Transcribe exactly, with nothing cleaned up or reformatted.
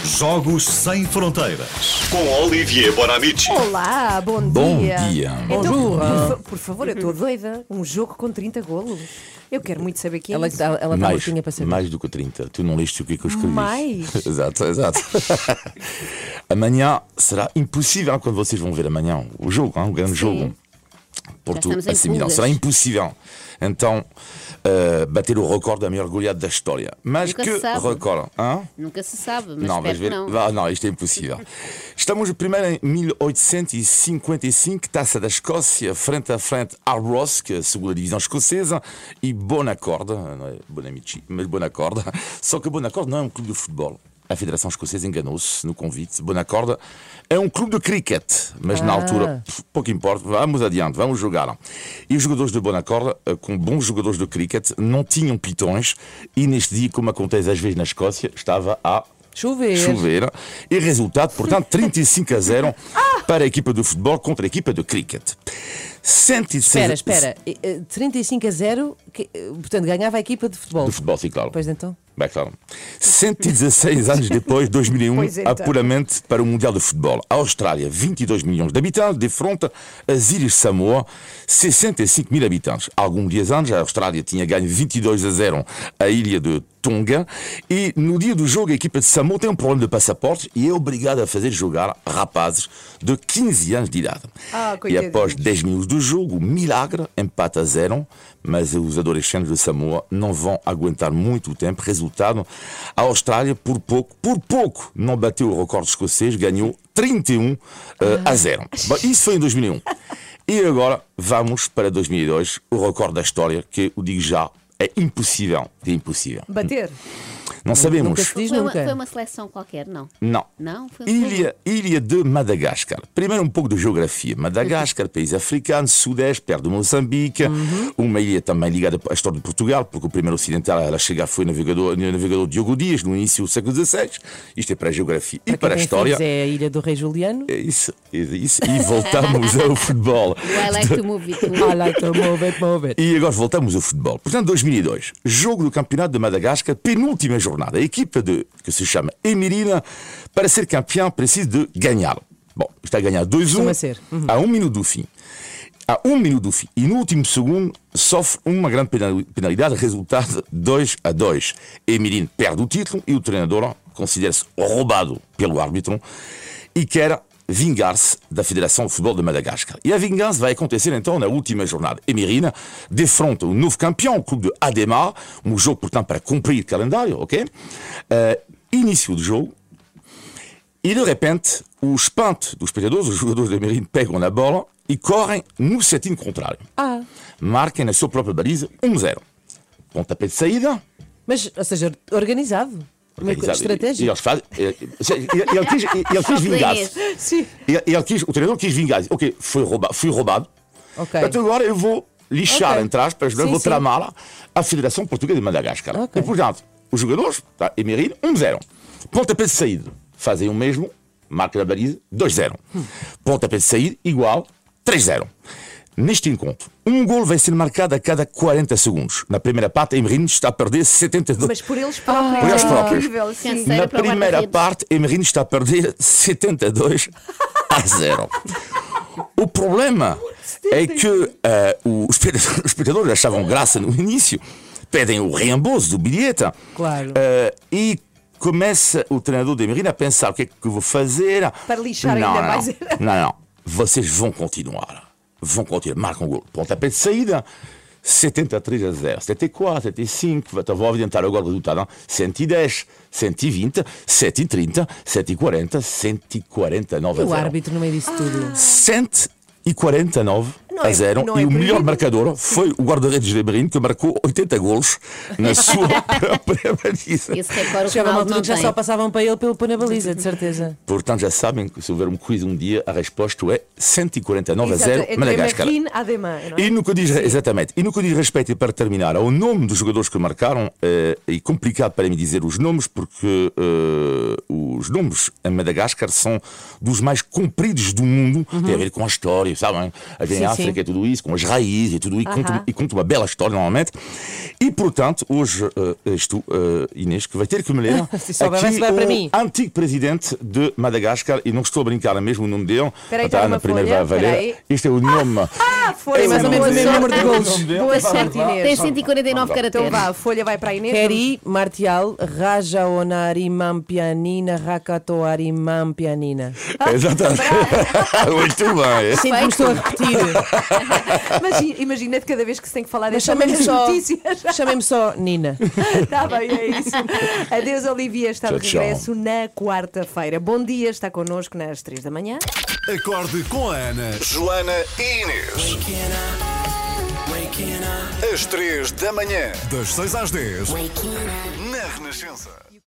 Jogos Sem Fronteiras, com Olivier Bonamici. Olá, bom dia. Bom dia. Então, Bonjour. por, fa- por favor, eu estou doida. Um jogo com trinta golos. Eu quero muito saber quem é Ela isso. está ela tá Mais, mortinha para saber. mais do que trinta. Tu não leste o que é que eu escrevi. Mais? Exato, exato. Amanhã será impossível quando vocês vão ver amanhã o jogo, hein, o grande Sim. jogo. Porto estamos em A C Milan. pulgas. Será impossível. Então, uh, bater o recorde da maior goleada da história. Mas Nunca que se sabe. recorde? Hein? Nunca se sabe, mas Não, espero vais que ver. não. Ah, não, isto é impossível. Estamos primeiro em mil oitocentos e cinquenta e cinco, Taça da Escócia, frente a frente Arbroath, a segunda divisão escocesa, e Bonaccord, não é Bonamici, mas Bonaccord. Só que Bonaccord não é um clube de futebol. A Federação Escocesa enganou-se no convite. Bonaccord é um clube de cricket, mas na Ah. altura, pff, pouco importa, vamos adiante, vamos jogar. E os jogadores de Bonaccord, eh, com bons jogadores de cricket, não tinham pitões, e neste dia, como acontece às vezes na Escócia, estava a Chover. chover. E resultado, portanto, trinta e cinco a zero para a equipa de futebol contra a equipa de cricket. cento e dezesseis Espera, espera. Eh, eh, trinta e cinco a zero, que, eh, portanto, ganhava a equipa de futebol. De futebol, sim, claro. Pois então. Bem, claro. cento e dezesseis anos depois, dois mil e um, Pois então. apuramento para o Mundial de Futebol. A Austrália, vinte e dois milhões de habitantes, defronta as Ilhas Samoa, sessenta e cinco mil habitantes. Alguns dias antes, a Austrália tinha ganho vinte e dois a zero a ilha de Tonga, e no dia do jogo a equipa de Samoa tem um problema de passaportes e é obrigada a fazer jogar rapazes de quinze anos de idade. Ah, e coitadinhos. após dez minutos do jogo, milagre, empate a zero, mas os adolescentes de Samoa não vão aguentar muito tempo. Resultado, a Austrália, por pouco, por pouco, não bateu o recorde escocês, ganhou trinta e um eh, a zero. Bom, isso foi em dois mil e um. E agora vamos para dois mil e dois, o recorde da história, que eu digo já, é impossível. É impossível. Bater. Não sabemos. Nunca se diz Foi uma, nunca. foi uma seleção qualquer, não? Não. Não? Foi um Ilha, ilha de Madagascar. Primeiro um pouco de geografia. Madagascar, país africano, sudeste, perto de Moçambique. Uhum. Uma ilha também ligada à história de Portugal, porque o primeiro ocidental a chegar foi o navegador, o navegador Diogo Dias, no início do século dezesseis. Isto é para a geografia e Para para a quem tem história. filhos, é a ilha do Rei Juliano. É isso, é isso. E voltamos ao futebol. I like to move it. I like to move it, move it. E agora voltamos ao futebol. Portanto, dois mil e dois, jogo do Campeonato de Madagascar, penúltima jornada. A equipa de, que se chama Emirina, para ser campeão, precisa de ganhar. Bom, está a ganhar dois a um Costuma ser. Uhum. a um minuto do fim. A um minuto do fim. E no último segundo sofre uma grande penal- penalidade, resultado dois a dois. Emirina perde o título e o treinador considera-se roubado pelo árbitro e quer vingar-se da Federação de Futebol de Madagascar. E a vingança vai acontecer então na última jornada. Emirina defronta o novo campeão, o clube de Ademar, um jogo, portanto, para cumprir o calendário, ok? Uh, início do jogo, e de repente, o espanto dos espectadores, os jogadores de Emirina pegam na bola e correm no sentido contrário. Ah, Marquem na sua própria baliza um a zero. Pontapé de saída. mas, ou seja, organizado. Uma Exato. E estratégia. eles fazem. Ele, ele quis, ele quis vingar-se. Sim. Ele, ele quis, o treinador quis vingar-se. Ok, foi roubado, fui roubado. Ok. Então agora eu vou lixar, Ok. entre aspas, Sim, vou sim. tramar a Federação Portuguesa de Madagascar. Ok. E, portanto, os jogadores, tá, Emirina, um a zero. Pontapé de saída, fazem o mesmo, marca na baliza, dois a zero. Hum. Pontapé de saída, igual, três a zero. Neste encontro, um gol vai ser marcado a cada quarenta segundos. Na primeira parte, Emirina está a perder setenta e dois. Mas por eles próprios. Por eles é próprios. incrível, sim. Cansa- Na para o primeira guarda-redes. parte, Emirina está a perder setenta e dois a zero. O problema é que eh, os espectadores- os espectadores achavam graça no início, pedem o reembolso do bilhete. Claro. eh, e começa o treinador de Emirina a pensar o que é que eu vou fazer. Para lixar não, ainda não, mais. Não, não. Vocês vão continuar. Vão continuar. Marcam um gol. Pontapé de saída. setenta e três a zero. setenta e quatro, setenta e cinco. Vou adiantar agora o resultado. Não? cento e dez, cento e vinte, cento e trinta, cento e quarenta, cento e quarenta e nove E a o zero. árbitro no meio disso tudo. cento e quarenta e nove Não a é- zero. não é E o melhor proibido. marcador foi o guarda-redes de Emirina, que marcou oitenta golos na sua própria baliza. Esse recorde o Chegava uma Ronaldo altura não que já tem. só passavam para ele pelo pôr na baliza, de certeza. Portanto, já sabem que se houver um quiz um dia, a resposta é cento e quarenta e nove a Exato, zero entre Madagascar. Marquinhos e Ademar, não é? E no que diz, exatamente. E no que diz respeito, e para terminar, ao nome dos jogadores que marcaram, eh, é complicado para mim dizer os nomes, porque eh, os nomes em Madagascar são dos mais compridos do mundo. Tem a ver com a história, sabem? A Sim, África, sei o que é tudo isso, com as raízes e tudo, e conto, e conto uma bela história normalmente. E portanto, hoje uh, és tu, uh, Inês, que vai ter que me ler Se souber, vai aqui souber para o mim. antigo presidente de Madagascar, e não estou a brincar, é mesmo o nome dele. Espera aí, Está tem na uma primeira folha, vai ler. espera aí. Este é o nome. Ah, foi É mais ou menos o mesmo número de gols. Boa sorte, Tem Inês. cento e quarenta e nove caracteres. Então vá, a folha vai para a Inês. Keri Martial Rajaonarimam Pianina Rakatoarimam Pianina. Exatamente. Muito bem. Sempre me estou a repetir. Mas i- imagina-te cada vez que se tem que falar Mas destas chamem-me só, notícias. chamem-me só Nina. Está bem, é isso. Adeus, Olivia. Está de Tchau, tchau. regresso na quarta-feira. Bom dia, está connosco nas três da manhã. Acorde com a Ana, Joana e Inês. Às três da manhã, das seis às dez, na Renascença.